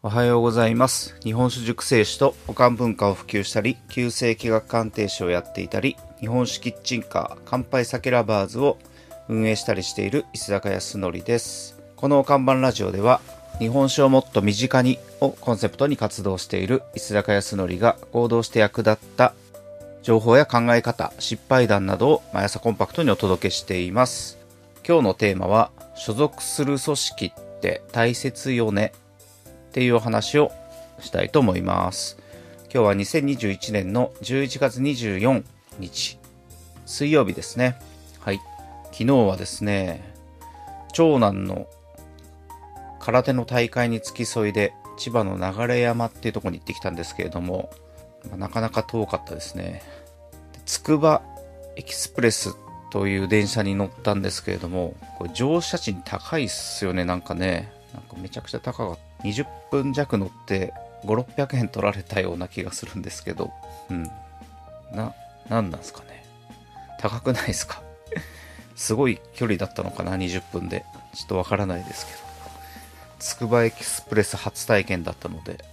おはようございます。日本酒熟成酒とおかん文化を普及したり、旧世紀学鑑定士をやっていたり、日本酒キッチンカー乾杯酒ラバーズを運営したりしている石坂康則です。この看板ラジオでは、日本酒をもっと身近にをコンセプトに活動している石坂康則が行動して役立った情報や考え方、失敗談などを毎朝コンパクトにお届けしています。今日のテーマは、所属する組織って大切よねっていうお話をしたいと思います。今日は2021年の11月24日、水曜日ですね。はい。昨日はですね、長男の空手の大会に付き添いで千葉の流山っていうところに行ってきたんですけれども、なかなか遠かったですね。つくばエキスプレスという電車に乗ったんですけれども、これ乗車賃高いっすよね。なんかめちゃくちゃ高かった。20分弱乗って5、600円取られたような気がするんですけど、なんなんですかね。高くないですか？すごい距離だったのかな、20分で。ちょっとわからないですけど。つくばエキスプレス初体験だったので、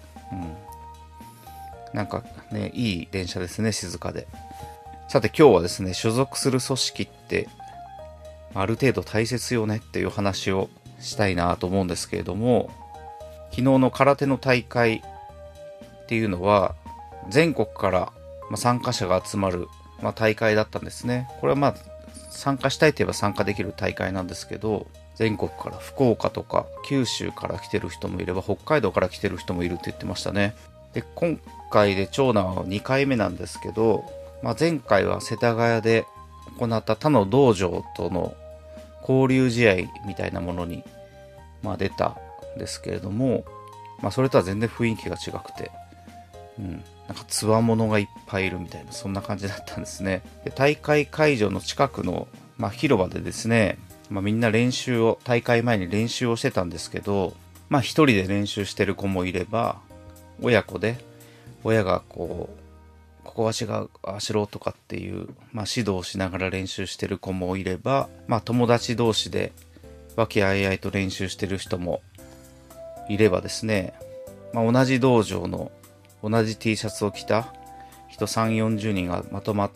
なんかね、いい電車ですね、静かで。さて今日はですね、所属する組織ってある程度大切よねっていう話をしたいなと思うんですけれども、昨日の空手の大会っていうのは全国から参加者が集まる大会だったんですね。これは参加したいといえば参加できる大会なんですけど、全国から福岡とか九州から来てる人もいれば北海道から来てる人もいるって言ってましたね。で、今回で長男は2回目なんですけど、前回は世田谷で行った他の道場との交流試合みたいなものに出たんですけれども、それとは全然雰囲気が違くて、なんかつわものがいっぱいいるみたいな、そんな感じだったんですね。で、大会会場の近くの、広場でですね、みんな大会前に練習をしてたんですけど、一人で練習してる子もいれば、親子で、親がここは違う、ああしろとかっていう、指導しながら練習してる子もいれば、友達同士で和気あいあいと練習してる人もいればですね、同じ道場の同じ T シャツを着た人3、40人がまとまって、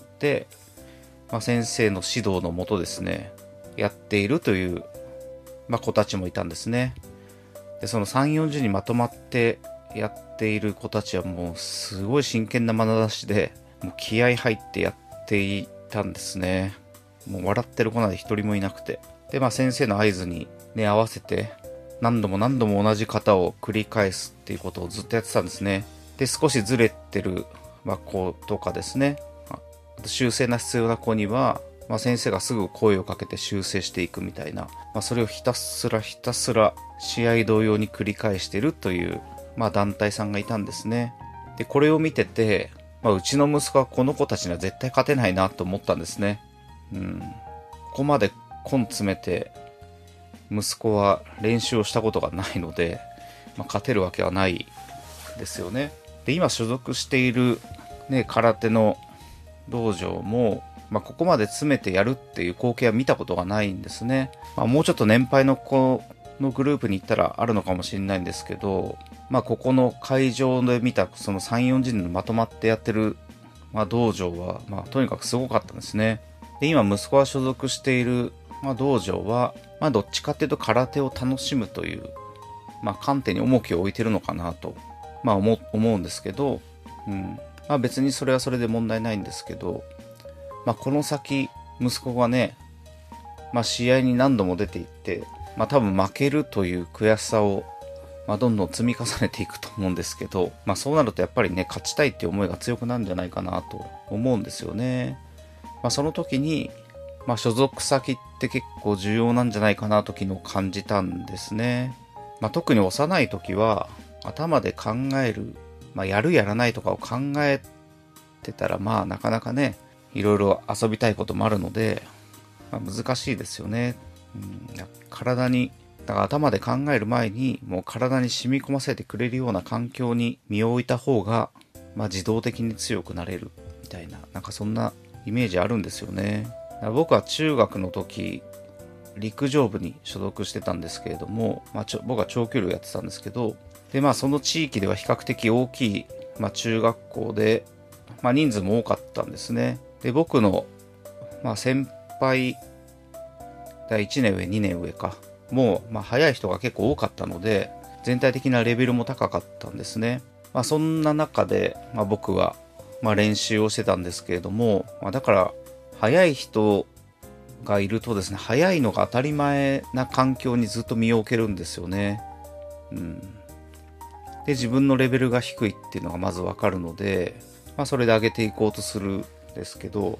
先生の指導のもとですね、やっているという、子たちもいたんですね。で、その3、40人まとまってやっている子たちはもうすごい真剣な眼差しで、もう気合入ってやっていたんですね。もう笑ってる子なんて一人もいなくて。で、先生の合図にね、合わせて、何度も同じ型を繰り返すっていうことをずっとやってたんですね。で、少しずれてる、子とかですね、修正が必要な子には、先生がすぐ声をかけて修正していくみたいな、それをひたすら試合同様に繰り返しているという、団体さんがいたんですね。で、これを見てて、うちの息子はこの子たちには絶対勝てないなと思ったんですね。ここまで根詰めて、息子は練習をしたことがないので、勝てるわけはないですよね。で、今所属している空手の道場も、ここまで詰めてやるっていう光景は見たことがないんですね。もうちょっと年配の子のグループに行ったらあるのかもしれないんですけど、ここの会場で見たその3、40人のまとまってやってる、道場は、とにかくすごかったんですね。で、今息子が所属している、道場は、どっちかっていうと空手を楽しむという、観点に重きを置いてるのかなと、思うんですけど、別にそれはそれで問題ないんですけど、この先、息子がね、試合に何度も出ていって、多分負けるという悔しさを、どんどん積み重ねていくと思うんですけど、そうなるとやっぱりね、勝ちたいっていう思いが強くなるんじゃないかなと思うんですよね。その時に、所属先って結構重要なんじゃないかなと昨日感じたんですね。特に幼い時は、頭で考える、やるやらないとかを考えてたら、なかなかね、いろいろ遊びたいこともあるので、難しいですよね。だから頭で考える前に、もう体に染み込ませてくれるような環境に身を置いた方が、自動的に強くなれるみたいな、なんかそんなイメージあるんですよね。僕は中学の時、陸上部に所属してたんですけれども、僕は長距離をやってたんですけど、 で、その地域では比較的大きい、中学校で、人数も多かったんですね。で、僕の、先輩、1年上、2年上か。もう、早い人が結構多かったので、全体的なレベルも高かったんですね。そんな中で、僕は、練習をしてたんですけれども、だから、早い人がいるとですね、早いのが当たり前な環境にずっと身を置けるんですよね。で、自分のレベルが低いっていうのがまずわかるので、それで上げていこうとするんですけど、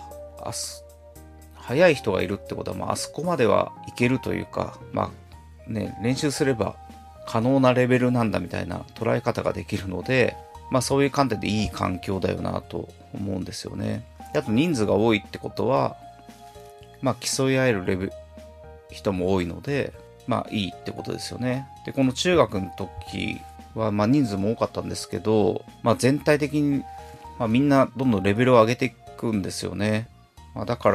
早い人がいるってことは、あそこまではいけるというか、練習すれば可能なレベルなんだみたいな捉え方ができるので、そういう観点でいい環境だよなと思うんですよね。あと人数が多いってことは、競い合える人も多いので、いいってことですよね。で、この中学の時は、人数も多かったんですけど、全体的に、みんなどんどんレベルを上げていくんですよね。だから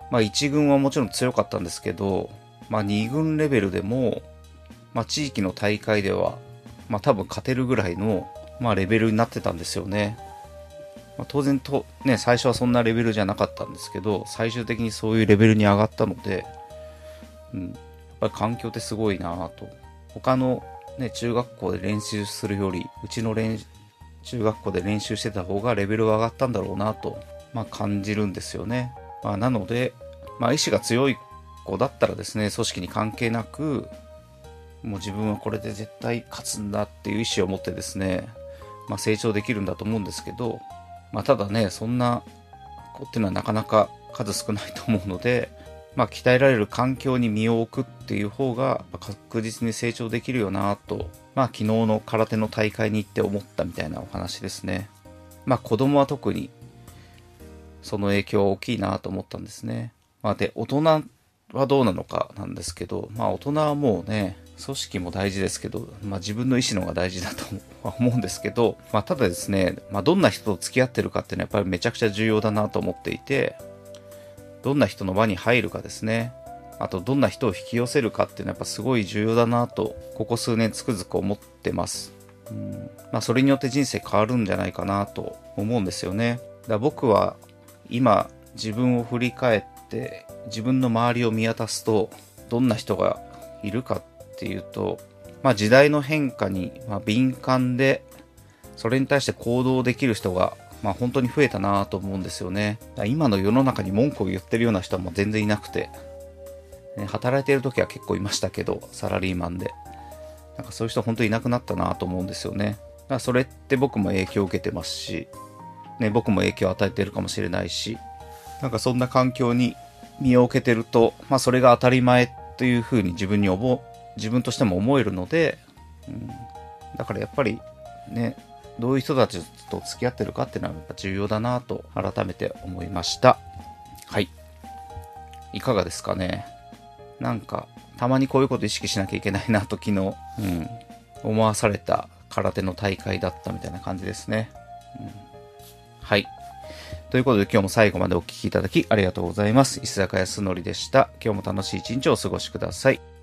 、1軍はもちろん強かったんですけど、2軍レベルでも、地域の大会では、多分勝てるぐらいの、レベルになってたんですよね。当然最初はそんなレベルじゃなかったんですけど、最終的にそういうレベルに上がったので、やっぱり環境ってすごいなぁと。他の中学校で練習するより、うちの中学校で練習してた方がレベルが上がったんだろうなと、感じるんですよね。なので、意志が強い子だったらですね、組織に関係なく、もう自分はこれで絶対勝つんだっていう意志を持ってですね、成長できるんだと思うんですけど、ただね、そんな子っていうのはなかなか数少ないと思うので、鍛えられる環境に身を置くっていう方が確実に成長できるよなと、昨日の空手の大会に行って思ったみたいなお話ですね。子供は特にその影響は大きいなと思ったんですね。で、大人はどうなのかなんですけど、大人はもうね、組織も大事ですけど、自分の意思の方が大事だとは思うんですけど、ただですね、どんな人と付き合ってるかっていうのはやっぱりめちゃくちゃ重要だなと思っていて、どんな人の輪に入るかですね、あとどんな人を引き寄せるかっていうのはやっぱすごい重要だなと、ここ数年つくづく思ってます。それによって人生変わるんじゃないかなと思うんですよね。だから僕は今自分を振り返って自分の周りを見渡すと、どんな人がいるかっていうと、時代の変化に敏感で、それに対して行動できる人が本当に増えたなと思うんですよね。今の世の中に文句を言ってるような人はもう全然いなくて、働いてる時は結構いましたけど、サラリーマンで。そういう人本当にいなくなったなと思うんですよね。だからそれって僕も影響を受けてますし、僕も影響を与えてるかもしれないし、そんな環境に身を置けてると、それが当たり前というふうに自分としても思えるので、だからやっぱりね、どういう人たちと付き合ってるかっていうのはやっぱ重要だなと改めて思いました。はい。いかがですかね。たまにこういうこと意識しなきゃいけないなと昨日、思わされた空手の大会だったみたいな感じですね。はい。ということで今日も最後までお聞きいただきありがとうございます。石坂康則でした。今日も楽しい一日をお過ごしください。